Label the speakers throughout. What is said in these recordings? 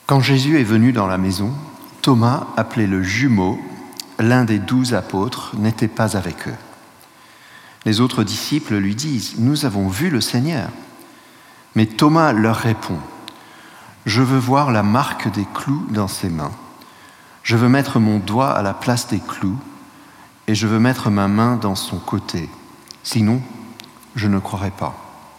Speaker 1: Quand Jésus est venu dans la maison, Thomas, appelé le jumeau, l'un des 12 apôtres, n'était pas avec eux. Les autres disciples lui disent « Nous avons vu le Seigneur ». Mais Thomas leur répond « Je veux voir la marque des clous dans ses mains. Je veux mettre mon doigt à la place des clous et je veux mettre ma main dans son côté. Sinon, je ne croirai pas. »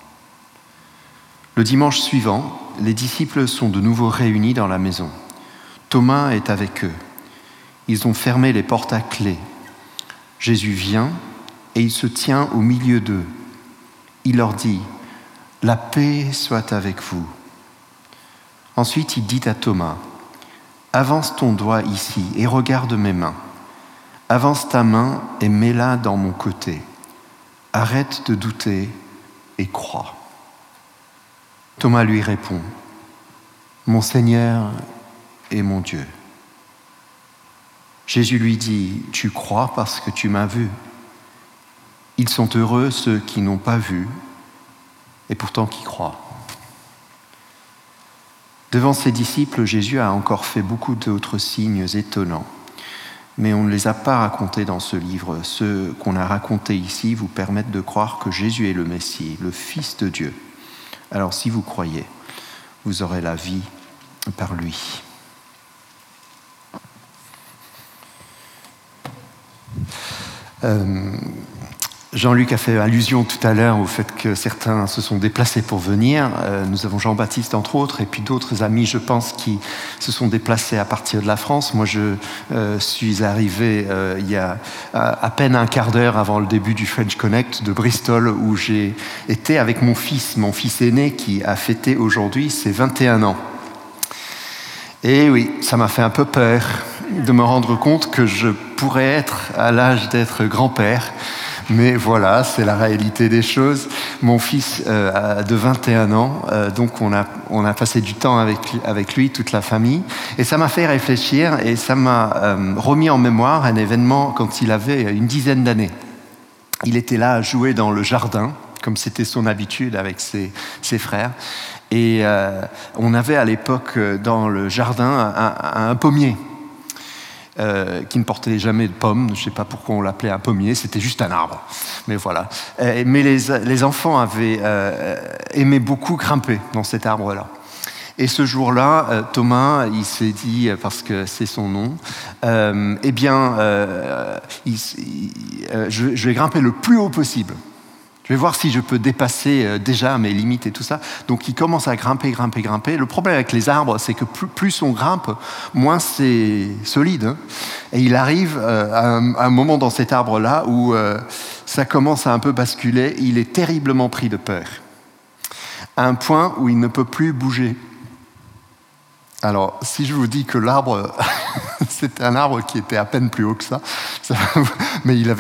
Speaker 1: Le dimanche suivant, les disciples sont de nouveau réunis dans la maison. Thomas est avec eux. Ils ont fermé les portes à clé. Jésus vient et il se tient au milieu d'eux. Il leur dit « La paix soit avec vous. » Ensuite, il dit à Thomas « Avance ton doigt ici et regarde mes mains. Avance ta main et mets-la dans mon côté. Arrête de douter et crois. » Thomas lui répond « Mon Seigneur et mon Dieu. » Jésus lui dit « Tu crois parce que tu m'as vu. Ils sont heureux ceux qui n'ont pas vu et pourtant qui croient. » Devant ses disciples, Jésus a encore fait beaucoup d'autres signes étonnants, mais on ne les a pas racontés dans ce livre. Ceux qu'on a racontés ici vous permettent de croire que Jésus est le Messie, le Fils de Dieu. Alors si vous croyez, vous aurez la vie par lui. Jean-Luc a fait allusion tout à l'heure au fait que certains se sont déplacés pour venir. Nous avons Jean-Baptiste entre autres et puis d'autres amis, je pense, qui se sont déplacés à partir de la France. Moi, je suis arrivé il y a à peine un quart d'heure avant le début du French Connect de Bristol, où j'ai été avec mon fils aîné qui a fêté aujourd'hui ses 21 ans. Et oui, ça m'a fait un peu peur de me rendre compte que je pourrais être à l'âge d'être grand-père. Mais voilà, c'est la réalité des choses. Mon fils a de 21 ans, donc on a passé du temps avec lui, toute la famille. Et ça m'a fait réfléchir et ça m'a remis en mémoire un événement quand il avait une dizaine d'années. Il était là à jouer dans le jardin, comme c'était son habitude avec ses frères. Et on avait à l'époque dans le jardin un pommier. Qui ne portait jamais de pommes. Je ne sais pas pourquoi on l'appelait un pommier, c'était juste un arbre. Mais voilà. Mais les enfants avaient aimé beaucoup grimper dans cet arbre-là. Et ce jour-là, Thomas, il s'est dit, parce que c'est son nom, je vais grimper le plus haut possible. Je vais voir si je peux dépasser déjà mes limites et tout ça. Donc il commence à grimper. Le problème avec les arbres, c'est que plus on grimpe, moins c'est solide. Hein. Et il arrive à un moment dans cet arbre-là où ça commence à un peu basculer. Il est terriblement pris de peur. À un point où il ne peut plus bouger. Alors, si je vous dis que l'arbre, c'est un arbre qui était à peine plus haut que ça mais il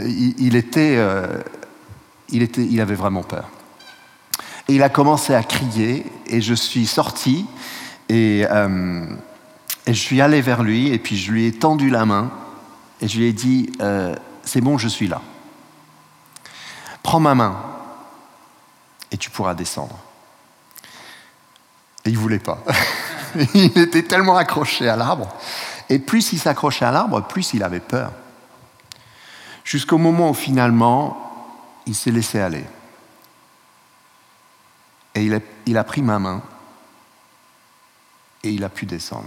Speaker 1: avait vraiment peur. Et il a commencé à crier, et je suis sorti, et je suis allé vers lui, et puis je lui ai tendu la main, et je lui ai dit « C'est bon, je suis là. Prends ma main, et tu pourras descendre. » Et il ne voulait pas. Il était tellement accroché à l'arbre, et plus il s'accrochait à l'arbre, plus il avait peur. Jusqu'au moment où finalement, il s'est laissé aller. Et il a pris ma main et il a pu descendre.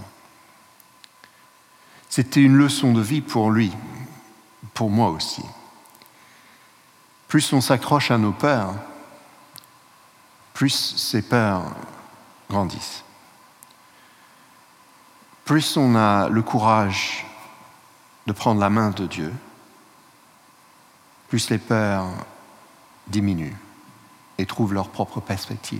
Speaker 1: C'était une leçon de vie pour lui, pour moi aussi. Plus on s'accroche à nos peurs, plus ces peurs grandissent. Plus on a le courage de prendre la main de Dieu, plus les peurs diminuent et trouvent leur propre perspective.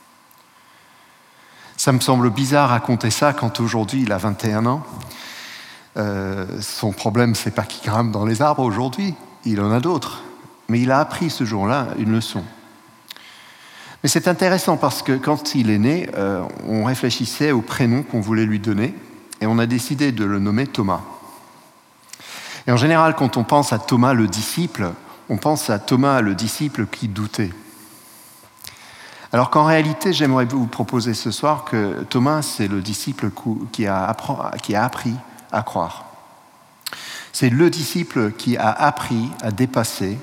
Speaker 1: Ça me semble bizarre raconter ça quand aujourd'hui il a 21 ans. Son problème, c'est pas qu'il grimpe dans les arbres aujourd'hui, il en a d'autres. Mais il a appris ce jour-là une leçon. Mais c'est intéressant parce que quand il est né, on réfléchissait au prénom qu'on voulait lui donner et on a décidé de le nommer Thomas. Et en général, quand on pense à Thomas le disciple, on pense à Thomas le disciple qui doutait. Alors qu'en réalité, j'aimerais vous proposer ce soir que Thomas, c'est le disciple qui a appris à croire. C'est le disciple qui a appris à dépasser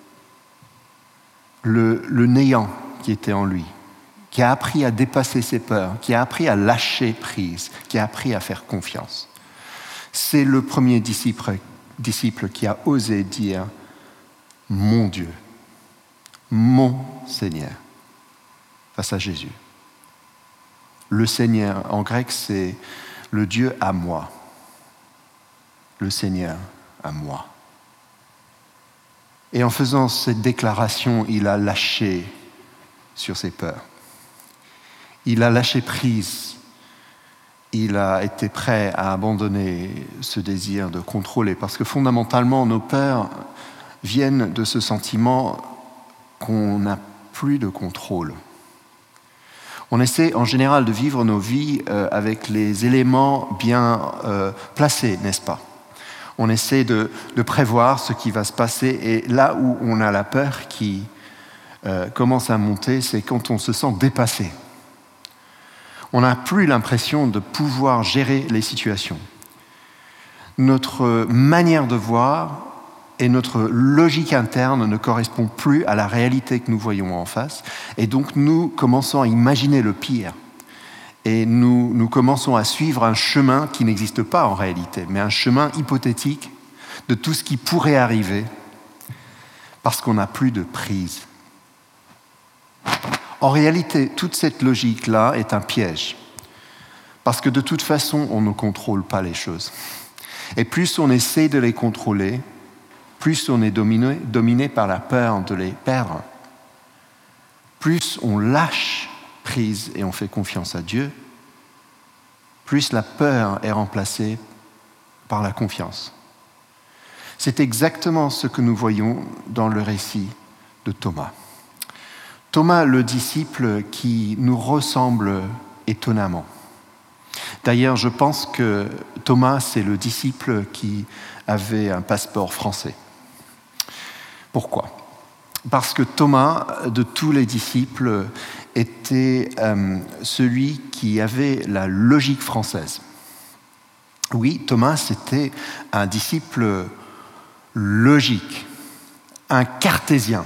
Speaker 1: le néant qui était en lui, qui a appris à dépasser ses peurs, qui a appris à lâcher prise, qui a appris à faire confiance. C'est le premier disciple qui a osé dire « Mon Dieu, mon Seigneur » face à Jésus. Le Seigneur, en grec, c'est le Dieu à moi. Le Seigneur à moi. Et en faisant cette déclaration, il a lâché sur ses peurs. Il a lâché prise. Il a été prêt à abandonner ce désir de contrôler. Parce que fondamentalement, nos peurs viennent de ce sentiment qu'on n'a plus de contrôle. On essaie en général de vivre nos vies avec les éléments bien placés, n'est-ce pas ? On essaie de prévoir ce qui va se passer, et là où on a la peur qui commence à monter, c'est quand on se sent dépassé. On n'a plus l'impression de pouvoir gérer les situations. Notre manière de voir et notre logique interne ne correspond plus à la réalité que nous voyons en face, et donc nous commençons à imaginer le pire. Et nous commençons à suivre un chemin qui n'existe pas en réalité, mais un chemin hypothétique de tout ce qui pourrait arriver parce qu'on n'a plus de prise. En réalité, toute cette logique-là est un piège. Parce que de toute façon, on ne contrôle pas les choses. Et plus on essaie de les contrôler, plus on est dominé par la peur de les perdre. Plus on lâche prise et on fait confiance à Dieu, plus la peur est remplacée par la confiance. C'est exactement ce que nous voyons dans le récit de Thomas. Thomas, le disciple qui nous ressemble étonnamment. D'ailleurs, je pense que Thomas, c'est le disciple qui avait un passeport français. Pourquoi ? Parce que Thomas, de tous les disciples, était celui qui avait la logique française. Oui, Thomas, c'était un disciple logique, un cartésien.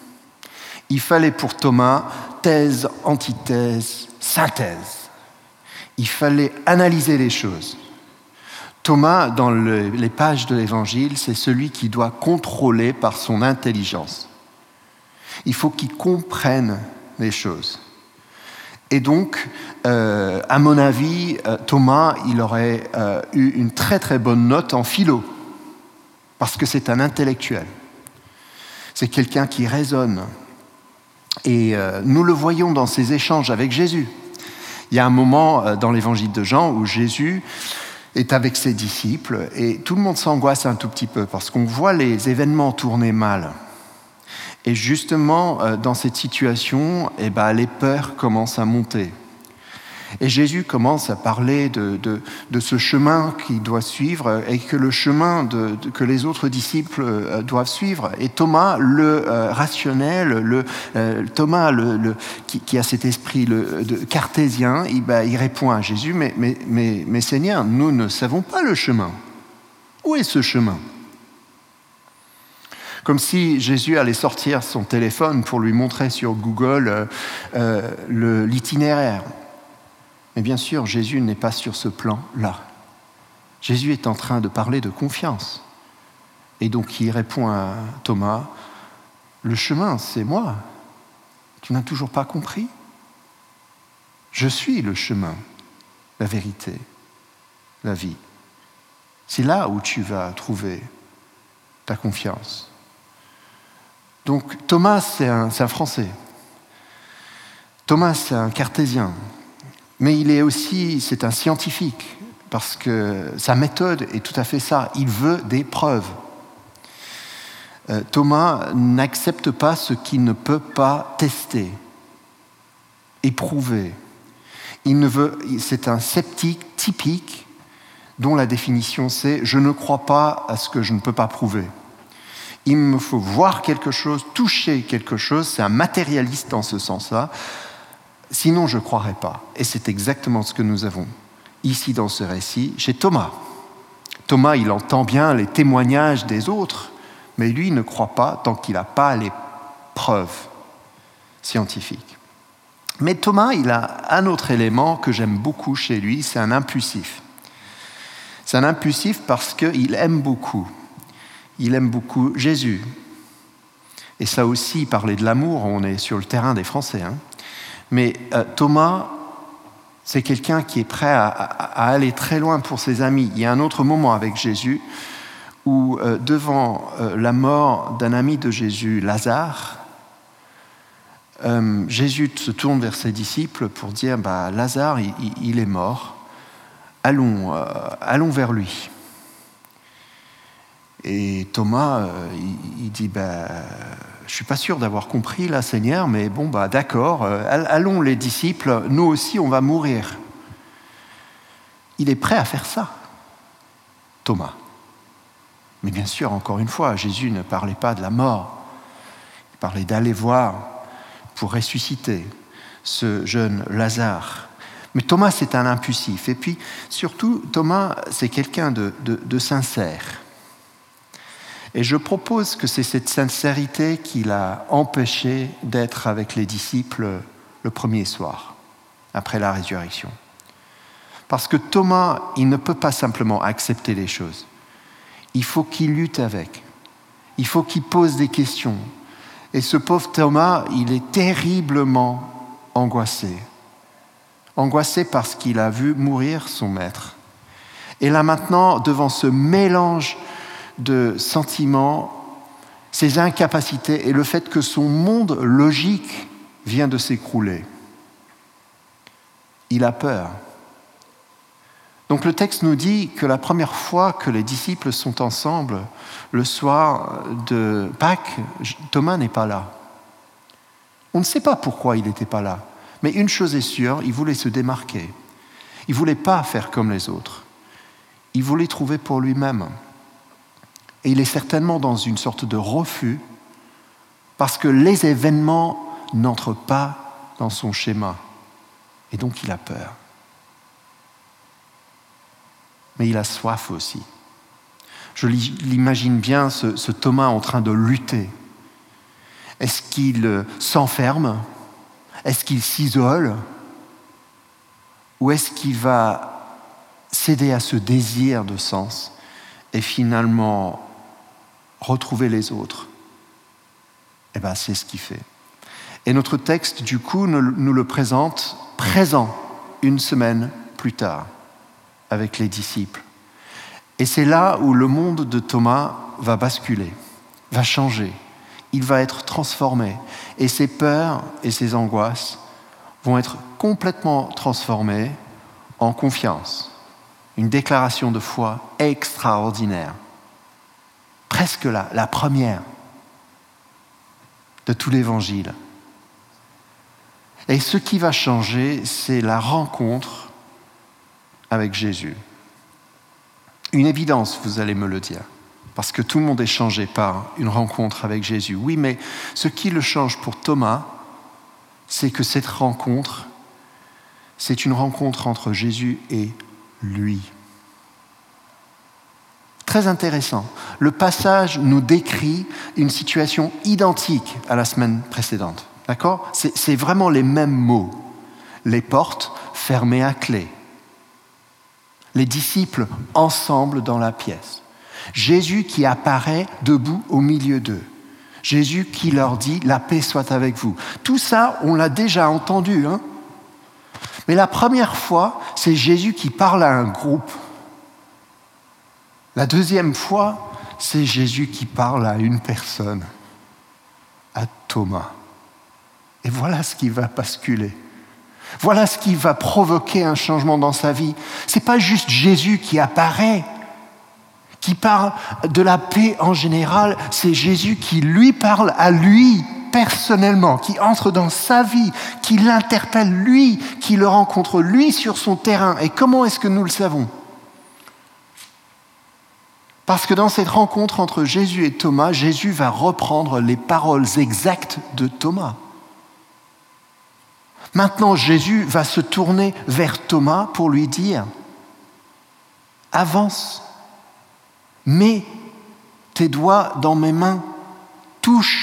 Speaker 1: Il fallait pour Thomas thèse, antithèse, synthèse. Il fallait analyser les choses. Thomas, dans les pages de l'Évangile, c'est celui qui doit contrôler par son intelligence. Il faut qu'il comprenne les choses. Et donc, à mon avis, Thomas, il aurait eu une très très bonne note en philo, parce que c'est un intellectuel. C'est quelqu'un qui raisonne. Et nous le voyons dans ses échanges avec Jésus. Il y a un moment dans l'évangile de Jean où Jésus est avec ses disciples et tout le monde s'angoisse un tout petit peu parce qu'on voit les événements tourner mal. Et justement, dans cette situation, les peurs commencent à monter. Et Jésus commence à parler de ce chemin qu'il doit suivre et que le chemin que les autres disciples doivent suivre. Et Thomas, le rationnel, Thomas qui a cet esprit cartésien, il répond à Jésus, mais Seigneur, nous ne savons pas le chemin. Où est ce chemin ? Comme si Jésus allait sortir son téléphone pour lui montrer sur Google l'itinéraire. Mais bien sûr, Jésus n'est pas sur ce plan-là. Jésus est en train de parler de confiance. Et donc il répond à Thomas, « Le chemin, c'est moi. Tu n'as toujours pas compris ? Je suis le chemin, la vérité, la vie. C'est là où tu vas trouver ta confiance. » Donc Thomas, c'est un Français. Thomas, c'est un cartésien. Mais c'est un scientifique, parce que sa méthode est tout à fait ça. Il veut des preuves. Thomas n'accepte pas ce qu'il ne peut pas tester, éprouver. C'est un sceptique typique dont la définition c'est « je ne crois pas à ce que je ne peux pas prouver ». Il me faut voir quelque chose, toucher quelque chose, c'est un matérialiste dans ce sens-là. Sinon, je ne croirais pas. Et c'est exactement ce que nous avons ici dans ce récit chez Thomas. Thomas, il entend bien les témoignages des autres, mais lui, il ne croit pas tant qu'il n'a pas les preuves scientifiques. Mais Thomas, il a un autre élément que j'aime beaucoup chez lui, c'est un impulsif. C'est un impulsif parce qu'il aime beaucoup. Il aime beaucoup Jésus. Et ça aussi, parler de l'amour, on est sur le terrain des Français. Mais Thomas, c'est quelqu'un qui est prêt à aller très loin pour ses amis. Il y a un autre moment avec Jésus où, devant la mort d'un ami de Jésus, Lazare, Jésus se tourne vers ses disciples pour dire Lazare, il est mort, allons vers lui. Et Thomas, il dit je ne suis pas sûr d'avoir compris là, Seigneur, mais d'accord, allons les disciples, nous aussi on va mourir. Il est prêt à faire ça, Thomas. Mais bien sûr, encore une fois, Jésus ne parlait pas de la mort, il parlait d'aller voir pour ressusciter ce jeune Lazare. Mais Thomas, c'est un impulsif. Et puis, surtout, Thomas, c'est quelqu'un de sincère. Et je propose que c'est cette sincérité qui l'a empêché d'être avec les disciples le premier soir, après la résurrection. Parce que Thomas, il ne peut pas simplement accepter les choses. Il faut qu'il lutte avec. Il faut qu'il pose des questions. Et ce pauvre Thomas, il est terriblement angoissé. Angoissé parce qu'il a vu mourir son maître. Et là maintenant, devant ce mélange de sentiments, ses incapacités et le fait que son monde logique vient de s'écrouler, il a peur. Donc le texte nous dit que la première fois que les disciples sont ensemble, le soir de Pâques, Thomas n'est pas là. On ne sait pas pourquoi il n'était pas là, mais une chose est sûre, il voulait se démarquer. Il ne voulait pas faire comme les autres. Il voulait trouver pour lui-même. Et il est certainement dans une sorte de refus parce que les événements n'entrent pas dans son schéma. Et donc il a peur. Mais il a soif aussi. Je l'imagine bien, ce Thomas en train de lutter. Est-ce qu'il s'enferme? Est-ce qu'il s'isole? Ou est-ce qu'il va céder à ce désir de sens et finalement retrouver les autres? C'est ce qu'il fait. Et notre texte, du coup, nous le présente présent, une semaine plus tard, avec les disciples. Et c'est là où le monde de Thomas va basculer, va changer. Il va être transformé. Et ses peurs et ses angoisses vont être complètement transformées en confiance. Une déclaration de foi extraordinaire. Presque la première de tout l'Évangile. Et ce qui va changer, c'est la rencontre avec Jésus. Une évidence, vous allez me le dire, parce que tout le monde est changé par une rencontre avec Jésus. Oui, mais ce qui le change pour Thomas, c'est que cette rencontre, c'est une rencontre entre Jésus et lui. Très intéressant. Le passage nous décrit une situation identique à la semaine précédente. D'accord ? C'est vraiment les mêmes mots. Les portes fermées à clé. Les disciples ensemble dans la pièce. Jésus qui apparaît debout au milieu d'eux. Jésus qui leur dit « La paix soit avec vous ». Tout ça, on l'a déjà entendu. Mais la première fois, c'est Jésus qui parle à un groupe. La deuxième fois, c'est Jésus qui parle à une personne, à Thomas. Et voilà ce qui va basculer. Voilà ce qui va provoquer un changement dans sa vie. Ce n'est pas juste Jésus qui apparaît, qui parle de la paix en général, c'est Jésus qui lui parle à lui personnellement, qui entre dans sa vie, qui l'interpelle lui, qui le rencontre lui sur son terrain. Et comment est-ce que nous le savons ? Parce que dans cette rencontre entre Jésus et Thomas, Jésus va reprendre les paroles exactes de Thomas. Maintenant, Jésus va se tourner vers Thomas pour lui dire « Avance, mets tes doigts dans mes mains, touche. »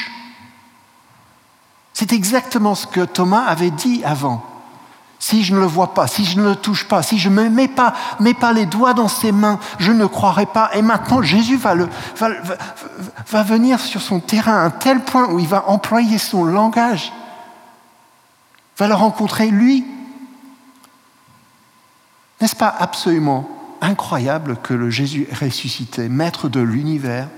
Speaker 1: C'est exactement ce que Thomas avait dit avant. Si je ne le vois pas, si je ne le touche pas, si je ne mets pas les doigts dans ses mains, je ne croirai pas. Et maintenant, Jésus va venir sur son terrain à un tel point où il va employer son langage, va le rencontrer lui. N'est-ce pas absolument incroyable que le Jésus ressuscité, maître de l'univers,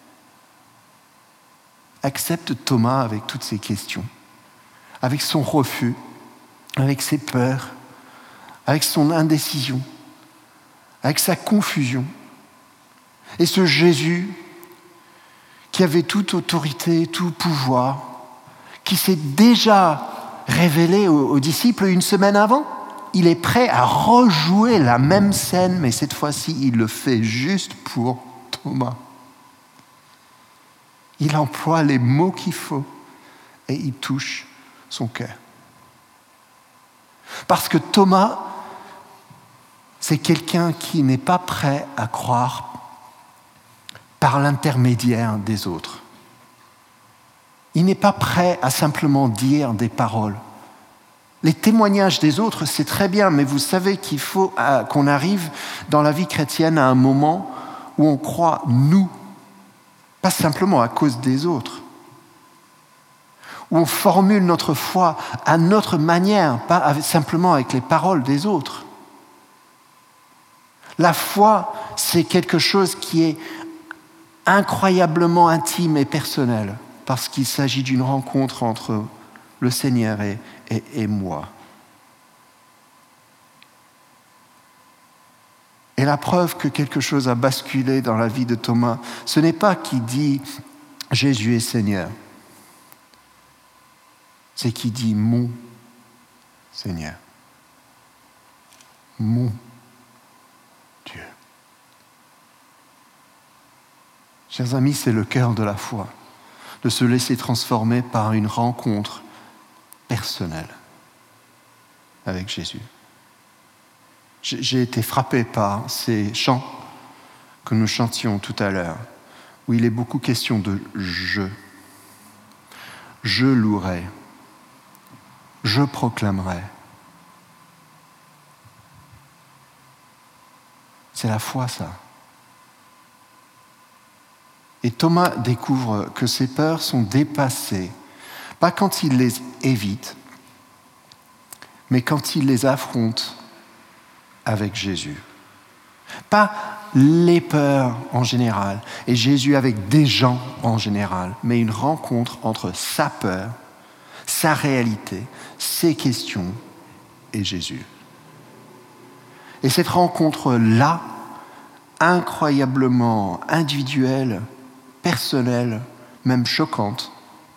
Speaker 1: accepte Thomas avec toutes ses questions, avec son refus, avec ses peurs, avec son indécision, avec sa confusion. Et ce Jésus qui avait toute autorité, tout pouvoir, qui s'est déjà révélé aux disciples une semaine avant, il est prêt à rejouer la même scène, mais cette fois-ci, il le fait juste pour Thomas. Il emploie les mots qu'il faut et il touche son cœur. Parce que Thomas, c'est quelqu'un qui n'est pas prêt à croire par l'intermédiaire des autres. Il n'est pas prêt à simplement dire des paroles. Les témoignages des autres, c'est très bien, mais vous savez qu'il faut qu'on arrive dans la vie chrétienne à un moment où on croit nous, pas simplement à cause des autres, où on formule notre foi à notre manière, pas simplement avec les paroles des autres. La foi, c'est quelque chose qui est incroyablement intime et personnel, parce qu'il s'agit d'une rencontre entre le Seigneur et moi. Et la preuve que quelque chose a basculé dans la vie de Thomas, ce n'est pas qu'il dit « Jésus est Seigneur », c'est qu'il dit « mon Seigneur », « mon Dieu ». Chers amis, c'est le cœur de la foi, de se laisser transformer par une rencontre personnelle avec Jésus. J'ai été frappé par ces chants que nous chantions tout à l'heure, où il est beaucoup question de « je ». Je louerai, je proclamerai. C'est la foi, ça. Et Thomas découvre que ses peurs sont dépassées, pas quand il les évite, mais quand il les affronte avec Jésus. Pas les peurs en général, et Jésus avec des gens en général, mais une rencontre entre sa peur, sa réalité, ses questions et Jésus. Et cette rencontre-là, incroyablement individuelle, personnelle, même choquante,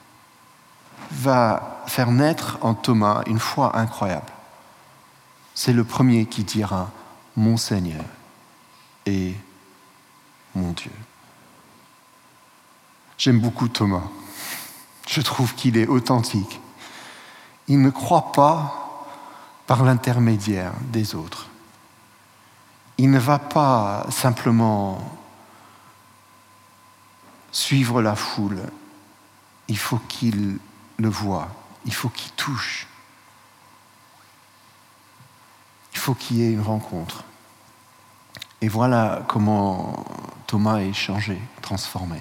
Speaker 1: va faire naître en Thomas une foi incroyable. C'est le premier qui dira « Mon Seigneur et mon Dieu ». J'aime beaucoup Thomas. Je trouve qu'il est authentique. Il ne croit pas par l'intermédiaire des autres. Il ne va pas simplement suivre la foule. Il faut qu'il le voie. Il faut qu'il touche. Il faut qu'il y ait une rencontre. Et voilà comment Thomas est changé, transformé.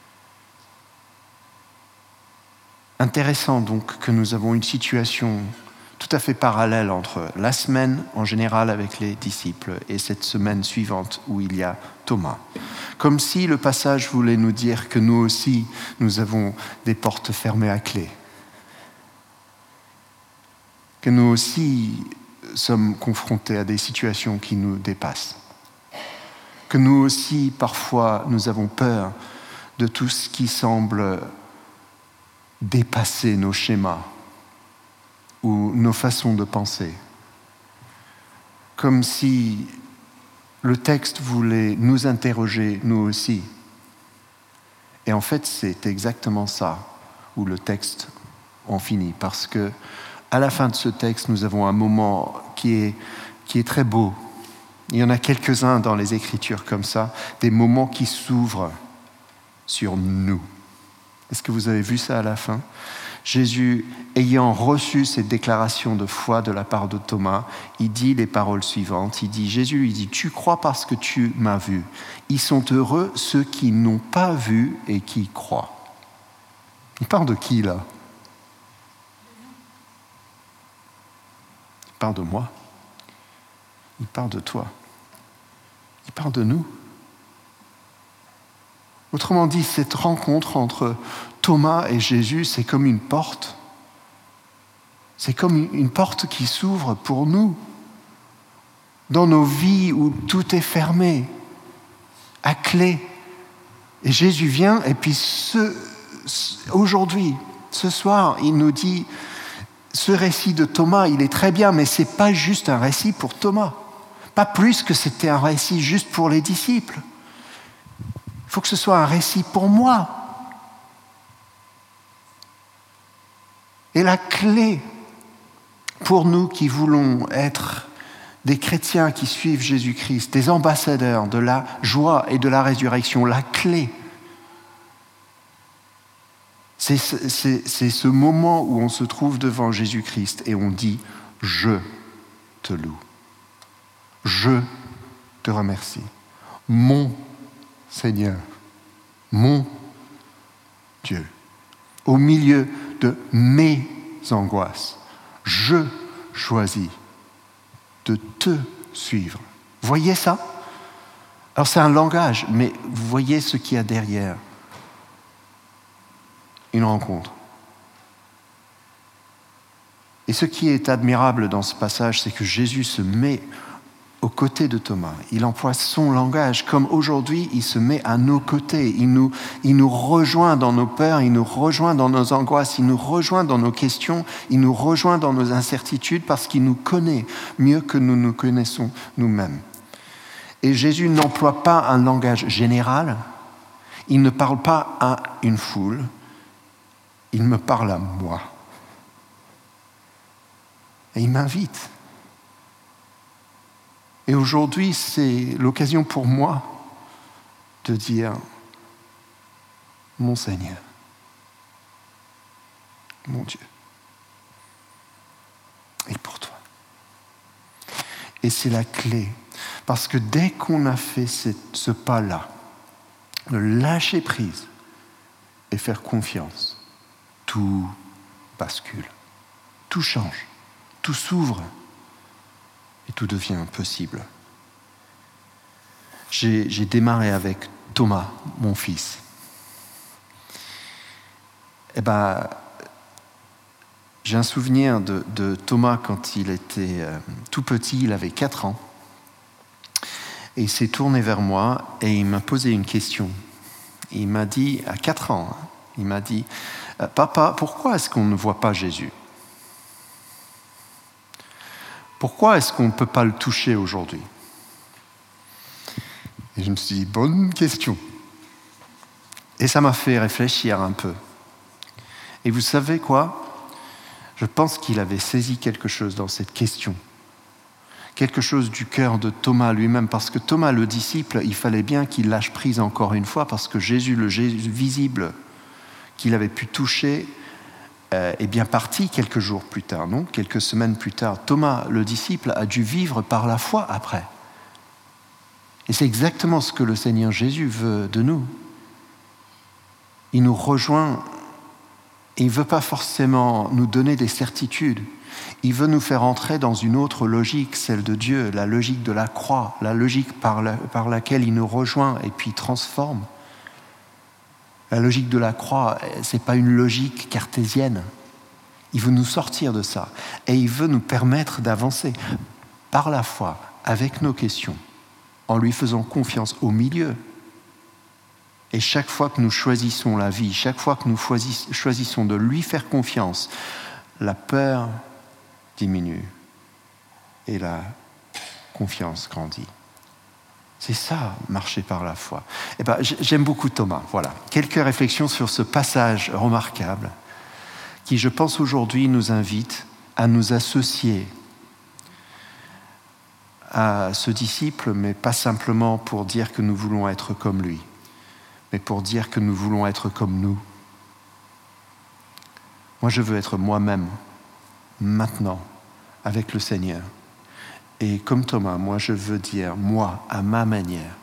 Speaker 1: Intéressant donc que nous avons une situation tout à fait parallèle entre la semaine en général avec les disciples et cette semaine suivante où il y a Thomas. Comme si le passage voulait nous dire que nous aussi, nous avons des portes fermées à clé. Que nous aussi sommes confrontés à des situations qui nous dépassent. Que nous aussi, parfois, nous avons peur de tout ce qui semble dépasser nos schémas ou nos façons de penser. Comme si le texte voulait nous interroger, nous aussi. Et en fait, c'est exactement ça où le texte en finit, parce que À la fin de ce texte, nous avons un moment qui est très beau. Il y en a quelques-uns dans les Écritures comme ça, des moments qui s'ouvrent sur nous. Est-ce que vous avez vu ça à la fin ? Jésus, ayant reçu cette déclaration de foi de la part de Thomas, il dit les paroles suivantes. Jésus lui dit, « Tu crois parce que tu m'as vu. Ils sont heureux ceux qui n'ont pas vu et qui croient. » Il parle de qui là ? Il parle de moi. Il parle de toi. Il parle de nous. Autrement dit, cette rencontre entre Thomas et Jésus, c'est comme une porte. C'est comme une porte qui s'ouvre pour nous. Dans nos vies où tout est fermé, à clé. Et Jésus vient, et puis aujourd'hui, ce soir, il nous dit, ce récit de Thomas, il est très bien, mais ce n'est pas juste un récit pour Thomas. Pas plus que c'était un récit juste pour les disciples. Il faut que ce soit un récit pour moi. Et la clé pour nous qui voulons être des chrétiens qui suivent Jésus-Christ, des ambassadeurs de la joie et de la résurrection, la clé, c'est ce moment où on se trouve devant Jésus-Christ et on dit « Je te loue, je te remercie, mon Seigneur, mon Dieu, au milieu de mes angoisses, je choisis de te suivre. » Voyez ça ? Alors c'est un langage, mais vous voyez ce qu'il y a derrière. Une rencontre. Et ce qui est admirable dans ce passage, c'est que Jésus se met aux côtés de Thomas. Il emploie son langage, comme aujourd'hui, il se met à nos côtés. Il nous rejoint dans nos peurs, il nous rejoint dans nos angoisses, il nous rejoint dans nos questions, il nous rejoint dans nos incertitudes parce qu'il nous connaît mieux que nous nous connaissons nous-mêmes. Et Jésus n'emploie pas un langage général, il ne parle pas à une foule, il me parle à moi. Et il m'invite. Et aujourd'hui, c'est l'occasion pour moi de dire « Mon Seigneur, mon Dieu, et pour toi. » Et c'est la clé. Parce que dès qu'on a fait ce pas-là, de lâcher prise et faire confiance, tout bascule, tout change, tout s'ouvre et tout devient possible. J'ai démarré avec Thomas, mon fils. J'ai un souvenir de Thomas quand il était tout petit, il avait 4 ans. Et il s'est tourné vers moi et il m'a posé une question. Il m'a dit, à 4 ans, il m'a dit « Papa, pourquoi est-ce qu'on ne voit pas Jésus ? Pourquoi est-ce qu'on ne peut pas le toucher aujourd'hui ?» Et je me suis dit « Bonne question !» Et ça m'a fait réfléchir un peu. Et vous savez quoi ? Je pense qu'il avait saisi quelque chose dans cette question. Quelque chose du cœur de Thomas lui-même, parce que Thomas, le disciple, il fallait bien qu'il lâche prise encore une fois, parce que Jésus, le Jésus visible qu'il avait pu toucher, est bien parti quelques jours plus tard, non ? Quelques semaines plus tard. Thomas, le disciple, a dû vivre par la foi après. Et c'est exactement ce que le Seigneur Jésus veut de nous. Il nous rejoint et il ne veut pas forcément nous donner des certitudes. Il veut nous faire entrer dans une autre logique, celle de Dieu, la logique de la croix, la logique par laquelle il nous rejoint et puis transforme. La logique de la croix, ce n'est pas une logique cartésienne. Il veut nous sortir de ça et il veut nous permettre d'avancer par la foi, avec nos questions, en lui faisant confiance au milieu. Et chaque fois que nous choisissons la vie, chaque fois que nous choisissons de lui faire confiance, la peur diminue et la confiance grandit. C'est ça, marcher par la foi. J'aime beaucoup Thomas. Voilà, quelques réflexions sur ce passage remarquable qui, je pense, aujourd'hui nous invite à nous associer à ce disciple, mais pas simplement pour dire que nous voulons être comme lui, mais pour dire que nous voulons être comme nous. Moi, je veux être moi-même, maintenant, avec le Seigneur. Et comme Thomas, moi, je veux dire, moi, à ma manière,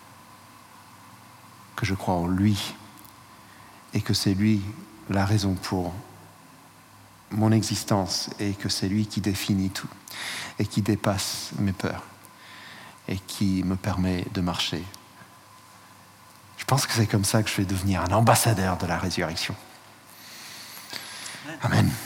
Speaker 1: que je crois en lui et que c'est lui la raison pour mon existence et que c'est lui qui définit tout et qui dépasse mes peurs et qui me permet de marcher. Je pense que c'est comme ça que je vais devenir un ambassadeur de la résurrection. Amen.